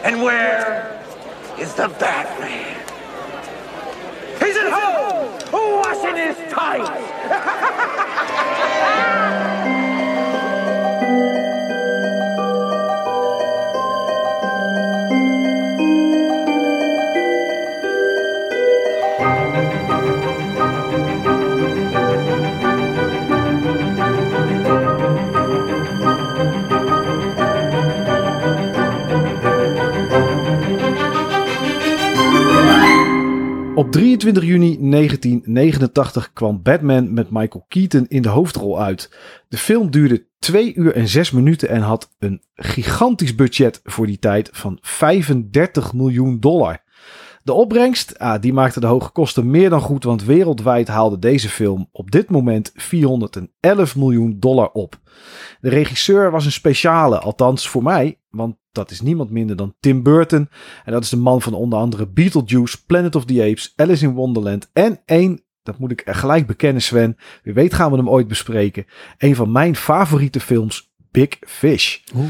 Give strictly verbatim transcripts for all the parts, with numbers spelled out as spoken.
And where is the Batman? He's at home, washing his tights. Op drieëntwintig juni negentien negenentachtig kwam Batman met Michael Keaton in de hoofdrol uit. De film duurde twee uur en zes minuten en had een gigantisch budget voor die tijd van vijfendertig miljoen dollar. De opbrengst, ah, die maakte de hoge kosten meer dan goed, want wereldwijd haalde deze film op dit moment vierhonderdelf miljoen dollar op. De regisseur was een speciale, althans voor mij, want dat is niemand minder dan Tim Burton. En dat is de man van onder andere Beetlejuice, Planet of the Apes, Alice in Wonderland en één, dat moet ik gelijk bekennen Sven, wie weet gaan we hem ooit bespreken, een van mijn favoriete films, Big Fish. Oeh.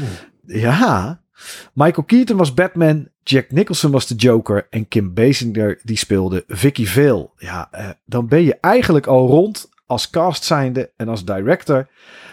Ja, Michael Keaton was Batman, Jack Nicholson was de Joker en Kim Basinger die speelde Vicky Vale. Ja, eh, dan ben je eigenlijk al rond als cast zijnde en als director.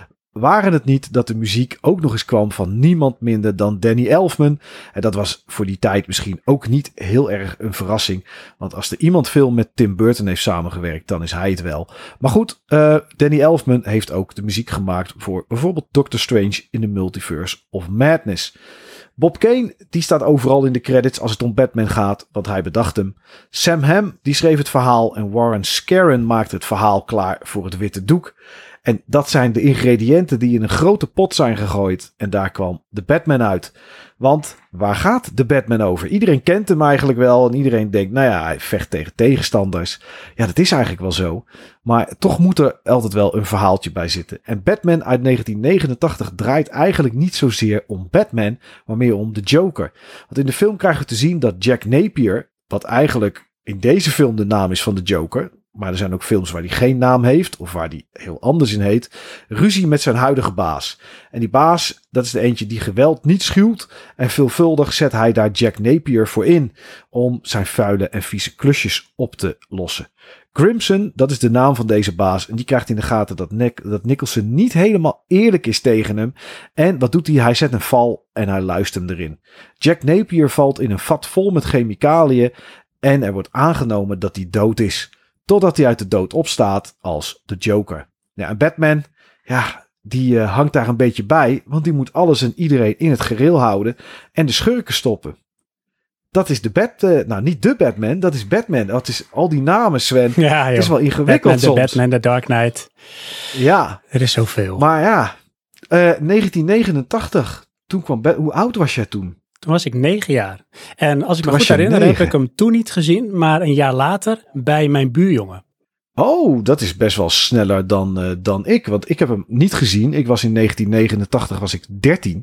Waren het niet dat de muziek ook nog eens kwam van niemand minder dan Danny Elfman. En dat was voor die tijd misschien ook niet heel erg een verrassing. Want als er iemand veel met Tim Burton heeft samengewerkt, dan is hij het wel. Maar goed, uh, Danny Elfman heeft ook de muziek gemaakt voor bijvoorbeeld Doctor Strange in the Multiverse of Madness. Bob Kane, die staat overal in de credits als het om Batman gaat, want hij bedacht hem. Sam Hamm, die schreef het verhaal en Warren Scarron maakte het verhaal klaar voor het witte doek. En dat zijn de ingrediënten die in een grote pot zijn gegooid. En daar kwam de Batman uit. Want waar gaat de Batman over? Iedereen kent hem eigenlijk wel. En iedereen denkt, nou ja, hij vecht tegen tegenstanders. Ja, dat is eigenlijk wel zo. Maar toch moet er altijd wel een verhaaltje bij zitten. En Batman uit negentien negenentachtig draait eigenlijk niet zozeer om Batman, maar meer om de Joker. Want in de film krijgen we te zien dat Jack Napier, wat eigenlijk in deze film de naam is van de Joker, maar er zijn ook films waar hij geen naam heeft of waar hij heel anders in heet, ruzie met zijn huidige baas. En die baas, dat is de eentje die geweld niet schuwt en veelvuldig zet hij daar Jack Napier voor in om zijn vuile en vieze klusjes op te lossen. Crimson, dat is de naam van deze baas en die krijgt in de gaten dat, Nick, dat Nicholson niet helemaal eerlijk is tegen hem. En wat doet hij? Hij zet een val en hij luist hem erin. Jack Napier valt in een vat vol met chemicaliën en er wordt aangenomen dat hij dood is. Totdat hij uit de dood opstaat als de Joker. Ja, en Batman, ja, die uh, hangt daar een beetje bij. Want die moet alles en iedereen in het gereel houden. En de schurken stoppen. Dat is de Bat... Uh, nou, niet de Batman. Dat is Batman. Dat is al die namen, Sven. Ja, het is wel ingewikkeld Batman, soms. de Batman, de Dark Knight. Ja. Er is zoveel. Maar ja, uh, negentien negenentachtig. Toen kwam Bat- Hoe oud was jij toen? Toen was ik negen jaar. En als ik Toen me goed was je herinner, negen. heb ik hem toen niet gezien, maar een jaar later bij mijn buurjongen. Oh, dat is best wel sneller dan, uh, dan ik. Want ik heb hem niet gezien. Ik was in negentien negenentachtig was ik dertien.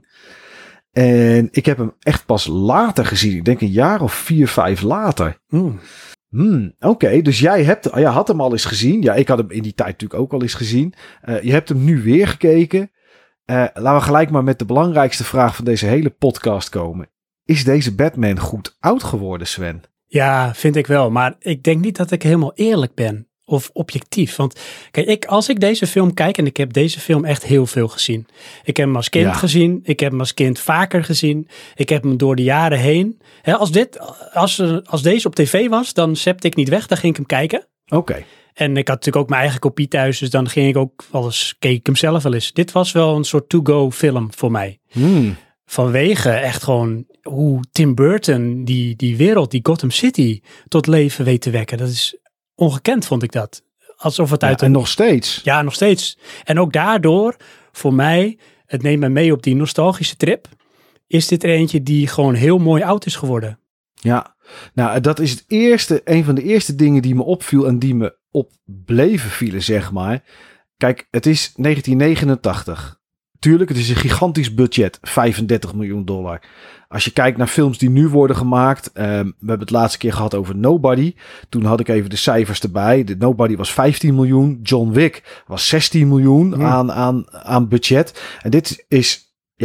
En ik heb hem echt pas later gezien. Ik denk een jaar of vier, vijf later. Mm. Hmm, Oké, okay, dus jij hebt, ja, had hem al eens gezien. Ja, ik had hem in die tijd natuurlijk ook al eens gezien. Uh, je hebt hem nu weer gekeken. Uh, laten we gelijk maar met de belangrijkste vraag van deze hele podcast komen. Is deze Batman goed oud geworden, Sven? Ja, vind ik wel. Maar ik denk niet dat ik helemaal eerlijk ben. Of objectief. Want kijk, ik, als ik deze film kijk, en ik heb deze film echt heel veel gezien. Ik heb hem als kind Ja. gezien. Ik heb hem als kind vaker gezien. Ik heb hem door de jaren heen. Hè, als, dit, als, er, als deze op tv was, dan zepte ik niet weg. Dan ging ik hem kijken. Oké. Okay. En ik had natuurlijk ook mijn eigen kopie thuis. Dus dan ging ik ook wel eens, keek ik hem zelf wel eens. Dit was wel een soort to-go film voor mij. Hmm. Vanwege echt gewoon hoe Tim Burton die, die wereld, die Gotham City tot leven weet te wekken. Dat is ongekend, vond ik dat. Alsof het Ja, uit en een... nog steeds. Ja, nog steeds. En ook daardoor, voor mij, het neemt me mee op die nostalgische trip, is dit er eentje die gewoon heel mooi oud is geworden. Ja, nou dat is het eerste, een van de eerste dingen die me opviel en die me op bleven vielen, zeg maar. Kijk, het is negentien negenentachtig. Tuurlijk, het is een gigantisch budget, vijfendertig miljoen dollar. Als je kijkt naar films die nu worden gemaakt, um, we hebben het laatste keer gehad over Nobody. Toen had ik even de cijfers erbij. De Nobody was vijftien miljoen, John Wick was zestien miljoen Hmm. aan, aan, aan budget. En dit is, ja,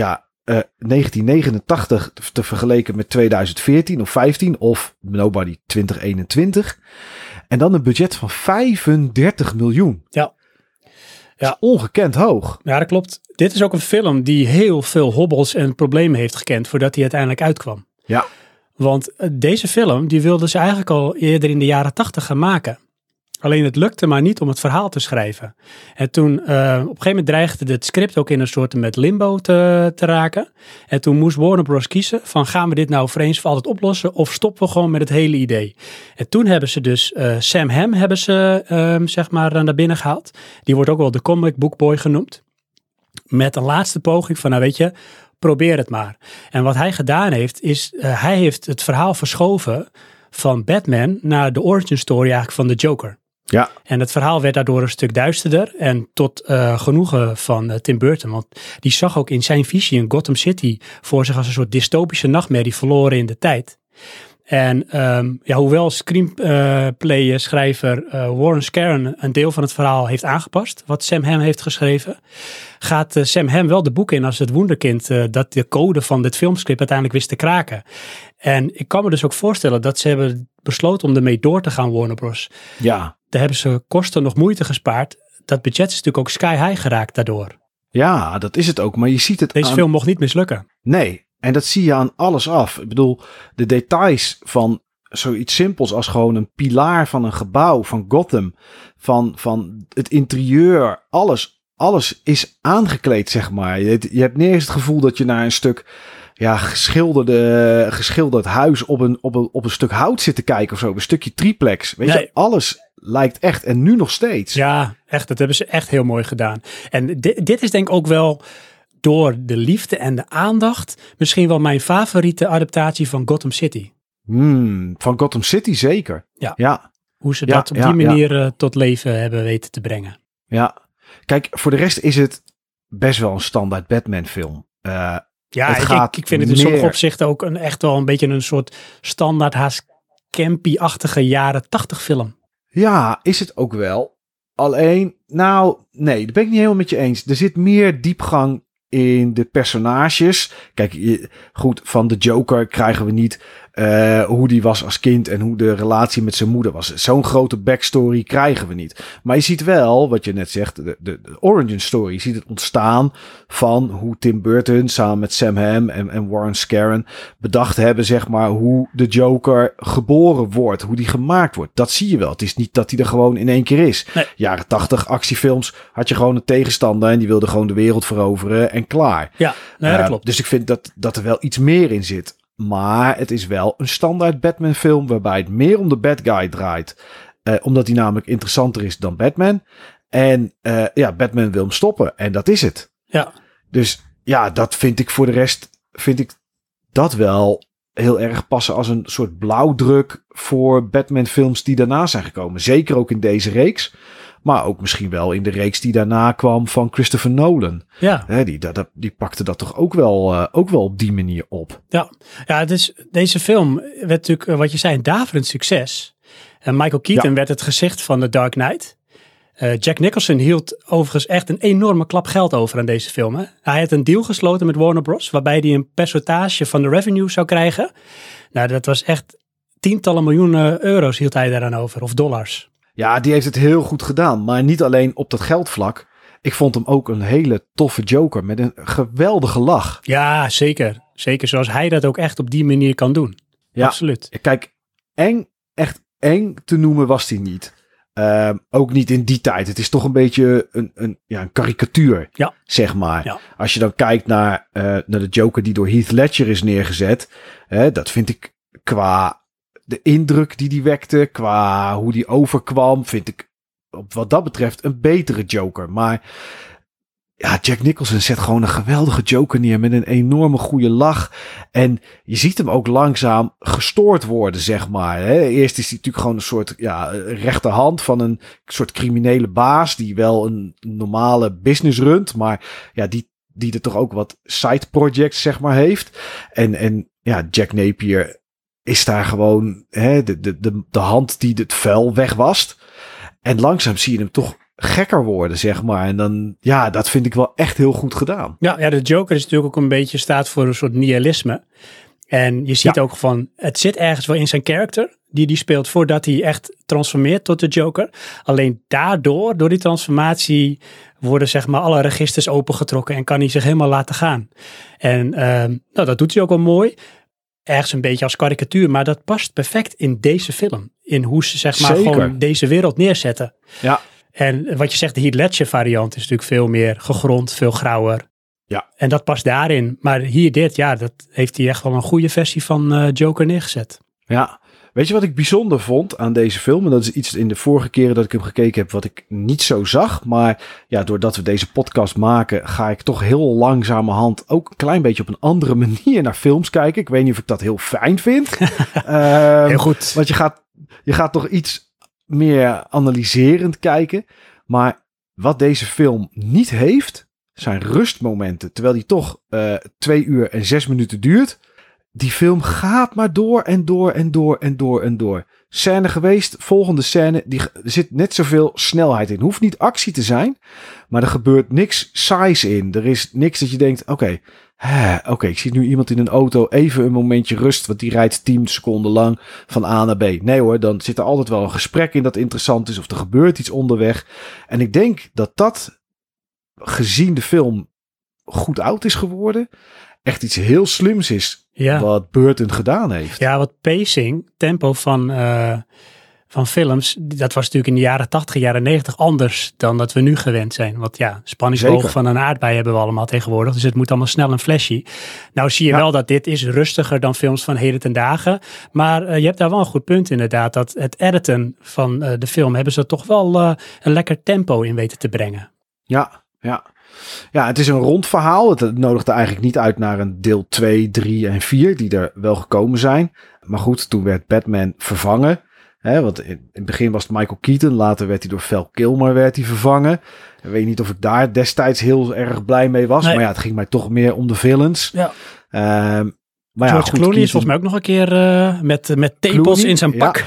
uh, negentien negenentachtig te, te vergeleken met tweeduizend veertien of vijftien of Nobody twintig eenentwintig. En dan een budget van vijfendertig miljoen. Ja. Ja. Dat is ongekend hoog. Ja, dat klopt. Dit is ook een film die heel veel hobbels en problemen heeft gekend voordat hij uiteindelijk uitkwam. Ja. Want deze film, die wilden ze eigenlijk al eerder in de jaren tachtig gaan maken. Alleen het lukte maar niet om het verhaal te schrijven. En toen, uh, op een gegeven moment dreigde het script ook in een soort met limbo te, te raken. En toen moest Warner Bros. Kiezen van gaan we dit nou voor eens voor altijd oplossen of stoppen we gewoon met het hele idee. En toen hebben ze dus uh, Sam Hamm hebben ze uh, zeg maar naar binnen gehaald. Die wordt ook wel de comic book boy genoemd. Met een laatste poging van nou weet je, probeer het maar. En wat hij gedaan heeft is, uh, hij heeft het verhaal verschoven van Batman naar de origin story eigenlijk van de Joker. Ja. En het verhaal werd daardoor een stuk duisterder en tot uh, genoegen van uh, Tim Burton. Want die zag ook in zijn visie in Gotham City voor zich als een soort dystopische nachtmerrie verloren in de tijd. En um, ja, hoewel screenplay-schrijver uh, Warren Scarron een deel van het verhaal heeft aangepast, wat Sam Hamm heeft geschreven, gaat uh, Sam Hamm wel de boek in als het wonderkind uh, dat de code van dit filmscript uiteindelijk wist te kraken. En ik kan me dus ook voorstellen dat ze hebben besloten om ermee door te gaan, Warner Bros. Ja. Daar hebben ze kosten nog moeite gespaard. Dat budget is natuurlijk ook sky high geraakt daardoor. Ja, dat is het ook. Maar je ziet het Deze aan... film mocht niet mislukken. Nee, en dat zie je aan alles af. Ik bedoel, de details van zoiets simpels als gewoon een pilaar van een gebouw van Gotham, van, van het interieur, alles, alles is aangekleed, zeg maar. Je, je hebt niet eens het gevoel dat je naar een stuk ja, geschilderde, geschilderd huis op een, op, een, op een stuk hout zit te kijken of zo. Een stukje triplex. Weet Nee. je, alles lijkt echt en nu nog steeds. Ja, echt. Dat hebben ze echt heel mooi gedaan. En dit, dit is denk ik ook wel door de liefde en de aandacht misschien wel mijn favoriete adaptatie van Gotham City. Hmm, van Gotham City zeker. Ja. Ja. Hoe ze Ja, dat op ja, die manier ja. uh, tot leven hebben weten te brengen. Ja. Kijk, voor de rest is het best wel een standaard Batman film. Uh, Ja, Het ik, gaat ik vind het in meer- sommige opzichten ook een, echt wel een beetje een soort standaard haast campy-achtige jaren tachtig film. Ja, is het ook wel. Alleen, nou, nee, dat ben ik niet helemaal met je eens. Er zit meer diepgang in de personages. Kijk, je, goed, van de Joker krijgen we niet uh, hoe die was als kind en hoe de relatie met zijn moeder was. Zo'n grote backstory krijgen we niet. Maar je ziet wel, wat je net zegt, de, de, de origin story. Je ziet het ontstaan van hoe Tim Burton samen met Sam Hamm en, en Warren Scarron bedacht hebben, zeg maar, hoe de Joker geboren wordt, hoe die gemaakt wordt. Dat zie je wel. Het is niet dat hij er gewoon in één keer is. Nee. Jaren tachtig actiefilms had je gewoon een tegenstander en die wilde gewoon de wereld veroveren en klaar. Ja, nee, dat Uh, klopt. Dus ik vind dat, dat er wel iets meer in zit. Maar het is wel een standaard Batman film waarbij het meer om de bad guy draait. Uh, omdat hij namelijk interessanter is dan Batman. En uh, ja, Batman wil hem stoppen. En dat is het. Ja. Dus ja, dat vind ik voor de rest, vind ik dat wel heel erg passen als een soort blauwdruk voor Batman films die daarna zijn gekomen. Zeker ook in deze reeks. Maar ook misschien wel in de reeks die daarna kwam van Christopher Nolan. Ja. Hè, die, dat, die pakte dat toch ook wel, uh, ook wel op die manier op. Ja, ja het is, deze film werd natuurlijk, uh, wat je zei, een daverend succes. En Michael Keaton Ja. werd het gezicht van The Dark Knight. Uh, Jack Nicholson hield overigens echt een enorme klap geld over aan deze film. Hè? Hij had een deal gesloten met Warner Bros. Waarbij hij een percentage van de revenue zou krijgen. Nou, dat was echt tientallen miljoenen euro's hield hij daaraan over, of dollars. Ja, die heeft het heel goed gedaan. Maar niet alleen op dat geldvlak. Ik vond hem ook een hele toffe Joker met een geweldige lach. Ja, zeker. Zeker zoals hij dat ook echt op die manier kan doen. Ja. Absoluut. Kijk, eng, echt eng te noemen was hij niet. Uh, ook niet in die tijd. Het is toch een beetje een, een, ja, een karikatuur, Ja. zeg maar. Ja. Als je dan kijkt naar, uh, naar de Joker die door Heath Ledger is neergezet. Hè, dat vind ik qua de indruk die die wekte, qua hoe die overkwam, vind ik op wat dat betreft een betere Joker. Maar ja, Jack Nicholson zet gewoon een geweldige Joker neer met een enorme goede lach. En je ziet hem ook langzaam gestoord worden, zeg maar. Hè. Eerst is hij natuurlijk gewoon een soort ja, rechterhand van een soort criminele baas die wel een normale business runt, maar ja, die, die er toch ook wat side projects, zeg maar, heeft. En, en ja, Jack Napier is daar gewoon hè, de, de, de, de hand die het vuil wegwast. En langzaam zie je hem toch gekker worden, zeg maar. En dan, ja, dat vind ik wel echt heel goed gedaan. Ja, ja, de Joker is natuurlijk ook een beetje staat voor een soort nihilisme. En je ziet Ja. ook van, het zit ergens wel in zijn karakter, die die speelt voordat hij echt transformeert tot de Joker. Alleen daardoor, door die transformatie, worden zeg maar alle registers opengetrokken en kan hij zich helemaal laten gaan. En uh, nou, dat doet hij ook wel mooi. Ergens een beetje als karikatuur, maar dat past perfect in deze film. In hoe ze zeg maar Zeker. gewoon deze wereld neerzetten. Ja. En wat je zegt, de Heath Ledger variant is natuurlijk veel meer gegrond, veel grauwer. Ja. En dat past daarin. Maar hier dit, ja, dat heeft hij echt wel een goede versie van uh, Joker neergezet. Ja. Weet je wat ik bijzonder vond aan deze film? En dat is iets in de vorige keren dat ik hem gekeken heb wat ik niet zo zag. Maar ja, doordat we deze podcast maken, ga ik toch heel langzamerhand ook een klein beetje op een andere manier naar films kijken. Ik weet niet of ik dat heel fijn vind. um, Heel goed. Want je gaat, je gaat toch iets meer analyserend kijken. Maar wat deze film niet heeft, zijn rustmomenten. Terwijl die toch uh, twee uur en zes minuten duurt. Die film gaat maar door en door en door en door en door. Scène geweest, volgende scène. Die, er zit net zoveel snelheid in. Hoeft niet actie te zijn, maar er gebeurt niks saais in. Er is niks dat je denkt, oké, okay, oké, okay, ik zie nu iemand in een auto, even een momentje rust, want die rijdt tien seconden lang van A naar B. Nee hoor, dan zit er altijd wel een gesprek in dat interessant is of er gebeurt iets onderweg. En ik denk dat dat, gezien de film goed oud is geworden, echt iets heel slims is Ja. wat Burton gedaan heeft. Ja, wat pacing, tempo van, uh, van films, dat was natuurlijk in de jaren tachtig, jaren negentig anders dan dat we nu gewend zijn. Want ja, spanningsboog Zeker. van een aardbei hebben we allemaal tegenwoordig, dus het moet allemaal snel en flashy. Nou zie je Ja. wel dat dit is rustiger dan films van heden ten dagen, maar uh, je hebt daar wel een goed punt inderdaad, dat het editen van uh, de film hebben ze toch wel uh, een lekker tempo in weten te brengen. Ja, ja. Ja, het is een rond verhaal. Het nodigde eigenlijk niet uit naar een deel twee, drie en vier, die er wel gekomen zijn. Maar goed, toen werd Batman vervangen. Hè, want in het begin was het Michael Keaton, later werd hij door Val Kilmer werd hij vervangen. Ik weet niet of ik daar destijds heel erg blij mee was. Nee. Maar ja, het ging mij toch meer om de villains. Ja. Um, maar George ja, goed, Clooney is Keaton, volgens mij ook nog een keer uh, met, met tepels Clooney, in zijn ja. pak.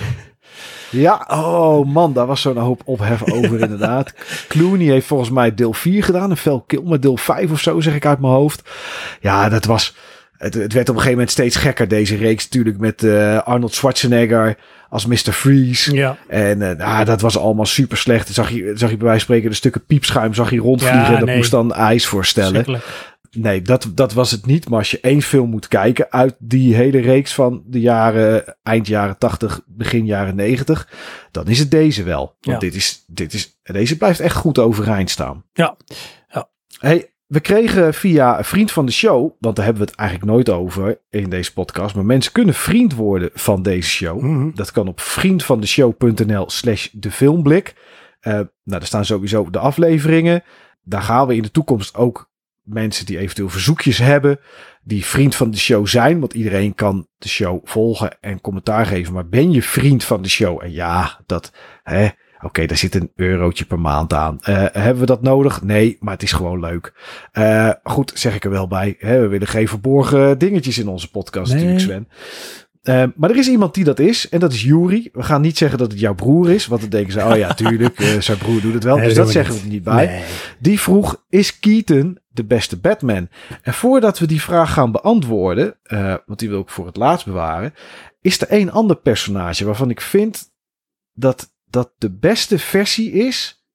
Ja, oh man, daar was zo'n hoop ophef over inderdaad. Clooney heeft volgens mij deel vier gedaan en Val Kilmer deel vijf of zo, zeg ik uit mijn hoofd. Ja, dat was... Het, het werd op een gegeven moment steeds gekker, deze reeks natuurlijk, met uh, Arnold Schwarzenegger als mister Freeze. Ja. En uh, ah, dat was allemaal super slecht. Zag je, zag je bij wijze van spreken de stukken piepschuim zag je rondvliegen Ja, en dat nee. moest dan ijs voorstellen. Nee, dat, dat was het niet. Maar als je één film moet kijken uit die hele reeks van de jaren, eind jaren tachtig, begin jaren negentig, dan is het deze wel. Want Ja. dit is, dit is, deze blijft echt goed overeind staan. Ja. Ja. Hey, we kregen via een vriend van de show, want daar hebben we het eigenlijk nooit over in deze podcast, maar mensen kunnen vriend worden van deze show. Mm-hmm. Dat kan op vriendvandeshow.nl slash de filmblik. Uh, nou, daar staan sowieso de afleveringen. Daar gaan we in de toekomst ook mensen die eventueel verzoekjes hebben, die vriend van de show zijn. Want iedereen kan de show volgen en commentaar geven. Maar ben je vriend van de show? En ja, dat, hè, oké, okay, daar zit een eurotje per maand aan. Uh, hebben we dat nodig? Nee, maar het is gewoon leuk. Uh, goed, zeg ik er wel bij. Hè, we willen geen verborgen dingetjes in onze podcast nee. natuurlijk, Sven. Uh, maar er is iemand die dat is. En dat is Juri. We gaan niet zeggen dat het jouw broer is. Want dan denken ze, oh ja, tuurlijk. Uh, zijn broer doet het wel. Nee, dus dat dat zeggen niet. we er niet bij. Nee. Die vroeg, is Keaton de beste Batman? En voordat we die vraag gaan beantwoorden, uh, want die wil ik voor het laatst bewaren, is er één ander personage waarvan ik vind dat dat de beste versie is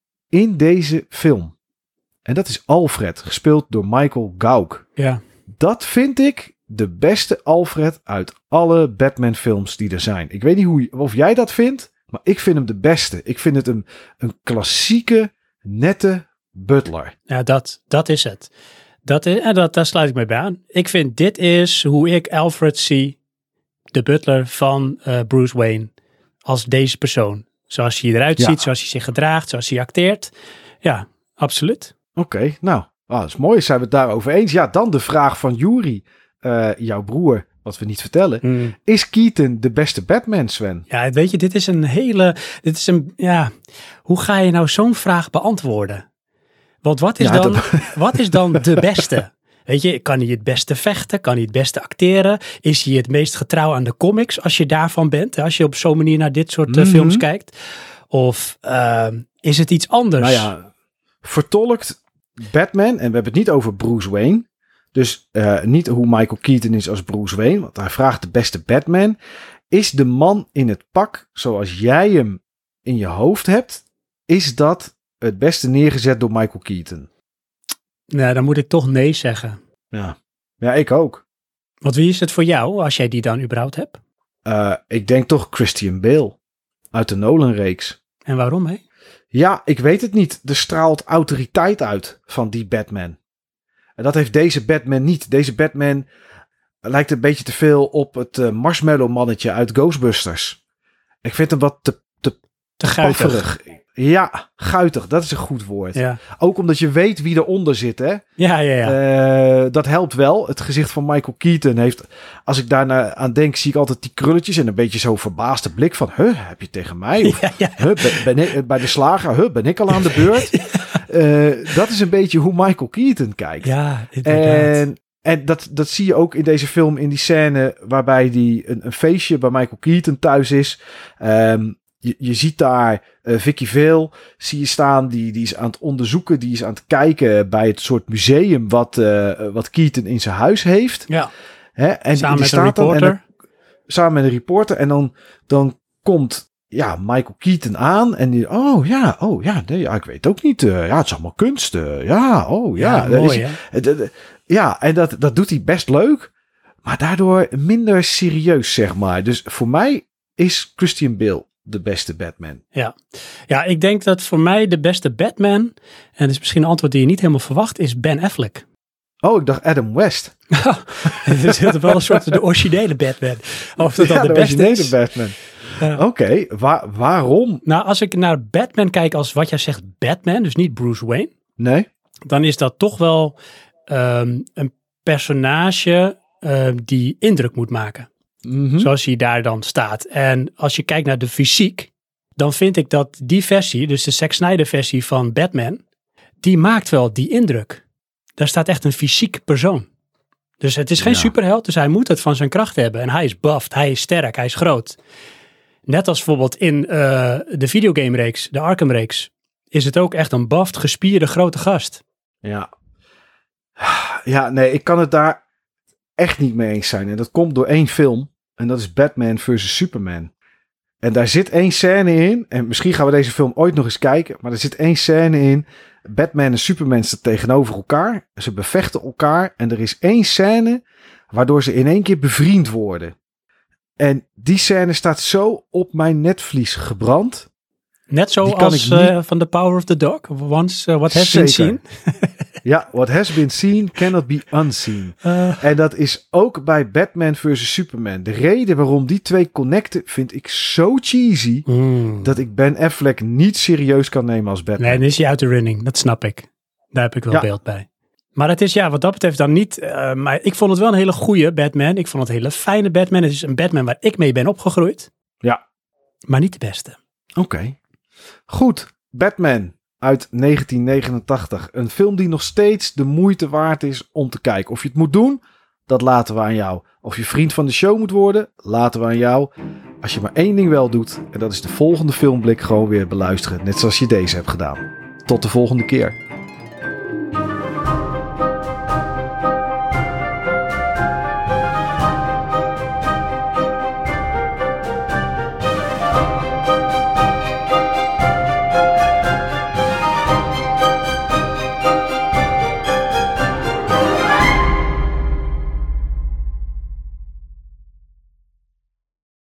in deze film. En dat is Alfred, gespeeld door Michael Gauck. Ja. Dat vind ik de beste Alfred uit alle Batman films die er zijn. Ik weet niet hoe, of jij dat vindt, maar ik vind hem de beste. Ik vind het een, een klassieke, nette butler. Ja, dat, dat is het. Dat is, en dat, daar sluit ik mij bij aan. Ik vind dit is hoe ik Alfred zie, de butler van uh, Bruce Wayne, als deze persoon. Zoals hij eruit Ja. ziet, zoals hij zich gedraagt, zoals hij acteert. Ja, absoluut. Oké, okay, nou, ah, dat is mooi. Zijn we het daarover eens? Ja, dan de vraag van Juri, uh, jouw broer, wat we niet vertellen. Mm. Is Keaton de beste Batman, Sven? Ja, weet je, dit is een hele, dit is een, ja, hoe ga je nou zo'n vraag beantwoorden? Want wat is, Ja, dan, dat... wat is dan de beste? Weet je, kan hij het beste vechten? Kan hij het beste acteren? Is hij het meest getrouw aan de comics als je daarvan bent? Als je op zo'n manier naar dit soort uh, Mm-hmm. films kijkt? Of uh, is het iets anders? Nou ja, vertolkt Batman, en we hebben het niet over Bruce Wayne. Dus uh, niet hoe Michael Keaton is als Bruce Wayne. Want hij vraagt de beste Batman. Is de man in het pak zoals jij hem in je hoofd hebt, is dat het beste neergezet door Michael Keaton? Nou, dan moet ik toch nee zeggen. Ja, ja ik ook. Want wie is het voor jou, als jij die dan überhaupt hebt? Uh, ik denk toch Christian Bale uit de Nolan-reeks. En waarom, hè? Ja, ik weet het niet. Er straalt autoriteit uit van die Batman. En dat heeft deze Batman niet. Deze Batman lijkt een beetje te veel op het uh, marshmallow mannetje uit Ghostbusters. Ik vind hem wat te, te, te guitig. Ja, guitig. Dat is een goed woord. Ja. Ook omdat je weet wie eronder zit, hè? Ja, ja, ja. Uh, dat helpt wel. Het gezicht van Michael Keaton heeft, als ik daarna aan denk, zie ik altijd die krulletjes en een beetje zo'n verbaasde blik van, huh, heb je tegen mij? Of, ja, ja. Huh, ben, ben ik, bij de slager, huh, ben ik al aan de beurt? uh, dat is een beetje hoe Michael Keaton kijkt. Ja, inderdaad. En, en dat, dat zie je ook in deze film, in die scène waarbij die een, een feestje bij Michael Keaton thuis is. Um, Je, je ziet daar uh, Vicky Vale, zie je staan, die, die is aan het onderzoeken, die is aan het kijken bij het soort museum wat, uh, wat Keaton in zijn huis heeft. Ja. Hè? En samen die, die met staat een reporter. Dan, en dan, samen met een reporter. En dan, dan komt ja, Michael Keaton aan en die, oh ja, oh ja, nee, ja, ik weet ook niet. Uh, ja, het is allemaal kunst. Uh, ja, oh ja. Ja, mooi, is, hè? uh, uh, ja, en dat, dat doet hij best leuk, maar daardoor minder serieus, zeg maar. Dus voor mij is Christian Bale de beste Batman. Ja. ja, ik denk dat voor mij de beste Batman, en dat is misschien een antwoord die je niet helemaal verwacht, is Ben Affleck. Oh, ik dacht Adam West. Het is wel een soort de originele Batman. Of dat ja, dan de, de beste originele is. Batman. Uh, Oké, okay, waar, waarom? Nou, als ik naar Batman kijk als wat jij zegt Batman, dus niet Bruce Wayne. Nee. Dan is dat toch wel um, een personage um, die indruk moet maken. Mm-hmm. Zoals hij daar dan staat. En als je kijkt naar de fysiek, dan vind ik dat die versie, dus de Zack Snyder versie van Batman, die maakt wel die indruk. Daar staat echt een fysiek persoon. Dus het is geen ja. superheld, dus hij moet het van zijn kracht hebben. En hij is buffed, hij is sterk, hij is groot. Net als bijvoorbeeld in uh, de videogame-reeks, de Arkham-reeks, is het ook echt een buffed, gespierde, grote gast. Ja. Ja, nee, ik kan het daar echt niet mee eens zijn. En dat komt door één film. En dat is Batman versus Superman. En daar zit één scène in. En misschien gaan we deze film ooit nog eens kijken. Maar er zit één scène in. Batman en Superman staan tegenover elkaar. Ze bevechten elkaar. En er is één scène waardoor ze in één keer bevriend worden. En die scène staat zo op mijn netvlies gebrand. Net zoals uh, niet... van The Power of the Dog. Once uh, what has Zeker. been seen. Ja, what has been seen cannot be unseen. Uh, en dat is ook bij Batman versus Superman. De reden waarom die twee connecten vind ik zo cheesy... Mm. dat ik Ben Affleck niet serieus kan nemen als Batman. Nee, dan is hij uit de running. Dat snap ik. Daar heb ik wel ja. beeld bij. Maar het is ja, wat dat betreft dan niet... Uh, maar ik vond het wel een hele goede Batman. Ik vond het een hele fijne Batman. Het is een Batman waar ik mee ben opgegroeid. Ja. Maar niet de beste. Oké. Okay. Goed. Batman uit negentien negenentachtig. Een film die nog steeds de moeite waard is om te kijken. Of je het moet doen, dat laten we aan jou. Of je vriend van de show moet worden, laten we aan jou. Als je maar één ding wel doet, en dat is de volgende filmblik gewoon weer beluisteren. Net zoals je deze hebt gedaan. Tot de volgende keer.